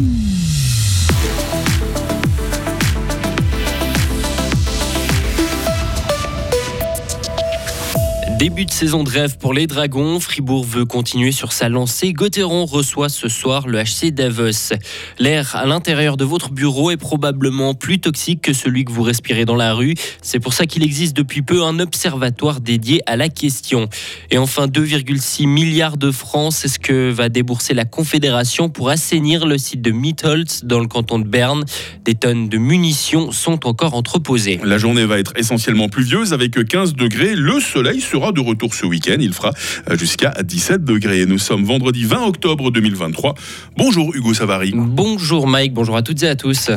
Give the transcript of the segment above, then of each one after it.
Début de saison de rêve pour les Dragons. Fribourg veut continuer sur sa lancée. Gauthieron reçoit ce soir le HC Davos. L'air à l'intérieur de votre bureau est probablement plus toxique que celui que vous respirez dans la rue. C'est pour ça qu'il existe depuis peu un observatoire dédié à la question. Et enfin, 2,6 milliards de francs, c'est ce que va débourser la Confédération pour assainir le site de Mitholtz dans le canton de Berne. Des tonnes de munitions sont encore entreposées. La journée va être essentiellement pluvieuse avec 15 degrés. Le soleil sera de retour ce week-end. Il fera jusqu'à 17 degrés. Nous sommes vendredi 20 octobre 2023. Bonjour Hugo Savary. Bonjour Mike, bonjour à toutes et à tous.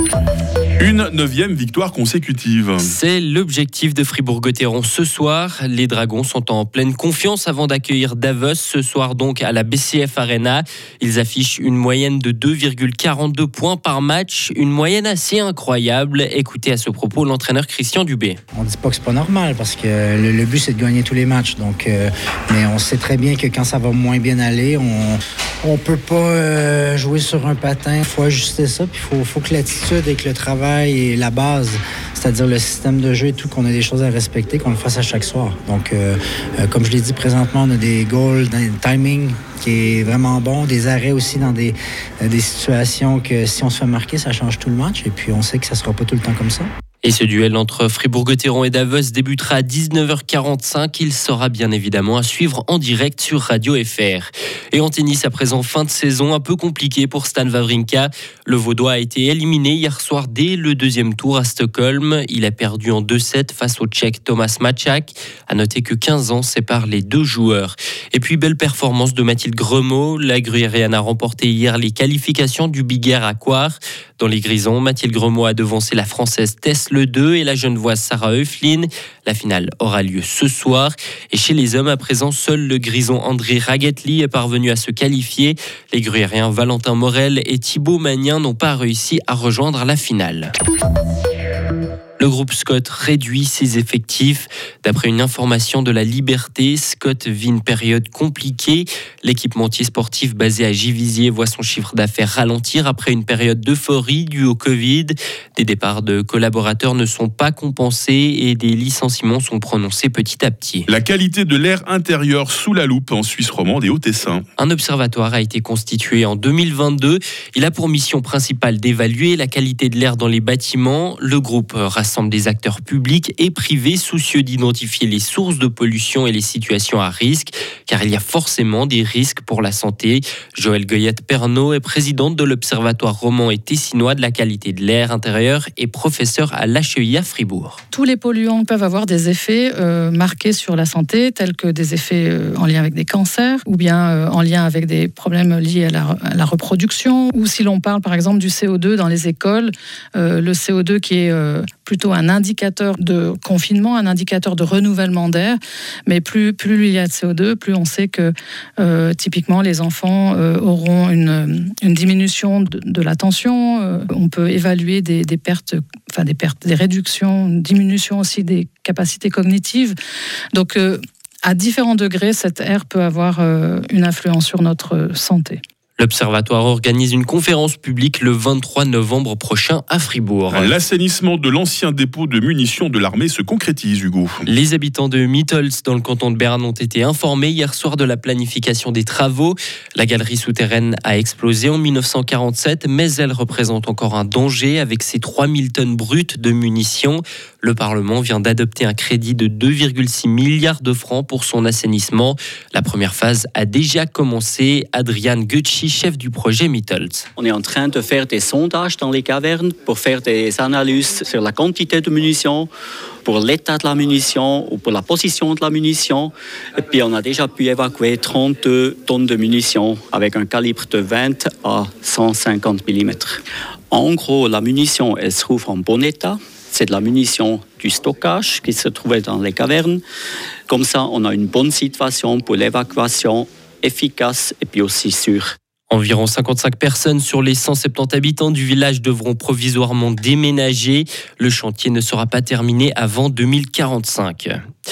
Une 9e victoire consécutive. C'est l'objectif de Fribourg-Gauthieron ce soir. Les Dragons sont en pleine confiance avant d'accueillir Davos ce soir donc à la BCF Arena. Ils affichent une moyenne de 2,42 points par match, une moyenne assez incroyable. Écoutez à ce propos l'entraîneur Christian Dubé. On ne dit pas que c'est pas normal parce que le but c'est de gagner tous les matchs. Donc, mais on sait très bien que quand ça va moins bien aller, on peut pas jouer sur un patin. Il faut ajuster ça. Puis faut que l'attitude et que le travail et la base, c'est-à-dire le système de jeu et tout, qu'on ait des choses à respecter, qu'on le fasse à chaque soir. Donc, comme je l'ai dit présentement, on a des goals, un timing qui est vraiment bon, des arrêts aussi dans des situations que si on se fait marquer, ça change tout le match. Et puis, on sait que ça sera pas tout le temps comme ça. Et ce duel entre Fribourg-Gauthieron et Davos débutera à 19h45. Il sera bien évidemment à suivre en direct sur Radio FR. Et en tennis, à présent, fin de saison un peu compliquée pour Stan Wawrinka. Le Vaudois a été éliminé hier soir dès le deuxième tour à Stockholm. Il a perdu en 2-7 face au Tchèque Thomas Mačák. À noter que 15 ans séparent les deux joueurs. Et puis, belle performance de Mathilde Gremaud. La Gruyérienne a remporté hier les qualifications du Big Air à Coire. Dans les Grisons, Mathilde Gremaud a devancé la Française Tess Le 2 et la Genevoise Sarah Höflin. La finale aura lieu ce soir. Et chez les hommes, à présent, seul le Grison André Ragetli est parvenu à se qualifier. Les Gruyériens Valentin Morel et Thibaut Magnin n'ont pas réussi à rejoindre la finale. Le groupe Scott réduit ses effectifs. D'après une information de la Liberté, Scott vit une période compliquée. L'équipementier sportif basé à Givisiez voit son chiffre d'affaires ralentir après une période d'euphorie due au Covid. Des départs de collaborateurs ne sont pas compensés et des licenciements sont prononcés petit à petit. La qualité de l'air intérieur sous la loupe en Suisse romande et au Tessin. Un observatoire a été constitué en 2022. Il a pour mission principale d'évaluer la qualité de l'air dans les bâtiments. Le groupe rassemble des acteurs publics et privés soucieux d'identifier les sources de pollution et les situations à risque, car il y a forcément des risques pour la santé. Joëlle Goyette-Pernaud est présidente de l'Observatoire roman et tessinois de la qualité de l'air intérieur et professeure à l'HEI à Fribourg. Tous les polluants peuvent avoir des effets marqués sur la santé, tels que des effets en lien avec des cancers, ou bien en lien avec des problèmes liés à la reproduction, ou si l'on parle par exemple du CO2 dans les écoles, le CO2 qui est plutôt un indicateur de confinement, un indicateur de renouvellement d'air, mais plus il y a de CO2, plus on sait que typiquement les enfants auront une diminution de la tension. On peut évaluer des pertes, des réductions, une diminution aussi des capacités cognitives. Donc à différents degrés, cet air peut avoir une influence sur notre santé. L'Observatoire organise une conférence publique le 23 novembre prochain à Fribourg. L'assainissement de l'ancien dépôt de munitions de l'armée se concrétise, Hugo. Les habitants de Mitholtz, dans le canton de Berne, ont été informés hier soir de la planification des travaux. La galerie souterraine a explosé en 1947, mais elle représente encore un danger avec ses 3000 tonnes brutes de munitions. Le Parlement vient d'adopter un crédit de 2,6 milliards de francs pour son assainissement. La première phase a déjà commencé. Adrian Gucci, chef du projet Mitholtz. On est en train de faire des sondages dans les cavernes pour faire des analyses sur la quantité de munitions, pour l'état de la munition ou pour la position de la munition. Et puis on a déjà pu évacuer 32 tonnes de munitions avec un calibre de 20 à 150 mm. En gros, la munition, elle se trouve en bon état. C'est de la munition du stockage qui se trouvait dans les cavernes. Comme ça, on a une bonne situation pour l'évacuation efficace et puis aussi sûre. Environ 55 personnes sur les 170 habitants du village devront provisoirement déménager. Le chantier ne sera pas terminé avant 2045.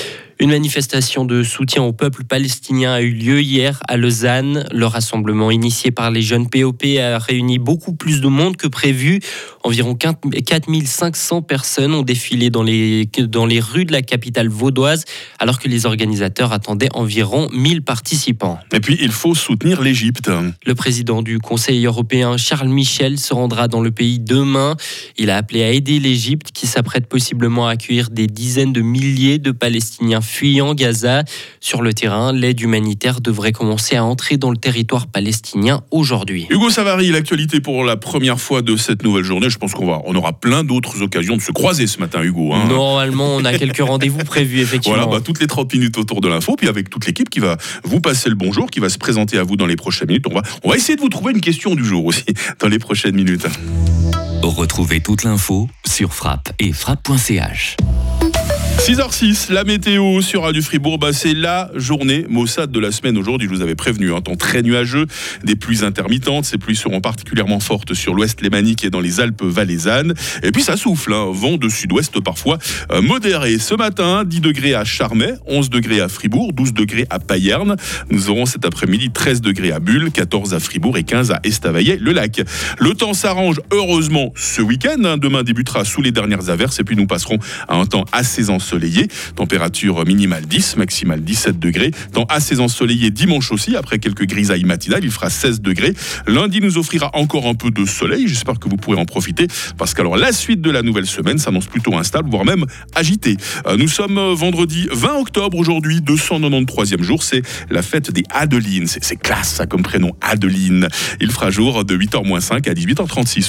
Une manifestation de soutien au peuple palestinien a eu lieu hier à Lausanne. Le rassemblement initié par les jeunes POP a réuni beaucoup plus de monde que prévu. Environ 4500 personnes ont défilé dans les rues de la capitale vaudoise, alors que les organisateurs attendaient environ 1000 participants. Et puis, il faut soutenir l'Égypte. Le président du Conseil européen, Charles Michel, se rendra dans le pays demain. Il a appelé à aider l'Égypte, qui s'apprête possiblement à accueillir des dizaines de milliers de Palestiniens fuyant Gaza. Sur le terrain, l'aide humanitaire devrait commencer à entrer dans le territoire palestinien aujourd'hui. Hugo Savary, l'actualité pour la première fois de cette nouvelle journée. Je pense qu'on aura plein d'autres occasions de se croiser ce matin, Hugo. Normalement, on a quelques rendez-vous prévus, effectivement. Voilà, toutes les 30 minutes autour de l'info, puis avec toute l'équipe qui va vous passer le bonjour, qui va se présenter à vous dans les prochaines minutes. On va essayer de vous trouver une question du jour aussi dans les prochaines minutes. Retrouvez toute l'info sur Frappe et frappe.ch. 6h06, la météo sur Radio Fribourg, c'est la journée maussade de la semaine aujourd'hui, je vous avais prévenu, temps très nuageux, des pluies intermittentes, ces pluies seront particulièrement fortes sur l'ouest lémanique et dans les Alpes valaisannes, et puis ça souffle, vent de sud-ouest parfois modéré. Ce matin, 10 degrés à Charmey, 11 degrés à Fribourg, 12 degrés à Payerne, nous aurons cet après-midi 13 degrés à Bulle, 14 à Fribourg et 15 à Estavayer-le-Lac. Le temps s'arrange heureusement ce week-end, demain débutera sous les dernières averses et puis nous passerons à un temps assez ensoleillé, température minimale 10, maximale 17 degrés, temps assez ensoleillé dimanche aussi, après quelques grisailles matinales, il fera 16 degrés. Lundi nous offrira encore un peu de soleil, j'espère que vous pourrez en profiter, parce qu'alors la suite de la nouvelle semaine s'annonce plutôt instable, voire même agitée. Nous sommes vendredi 20 octobre aujourd'hui, 293e jour, c'est la fête des Adelines, c'est classe ça comme prénom, Adeline. Il fera jour de 8h-5 à 18h36.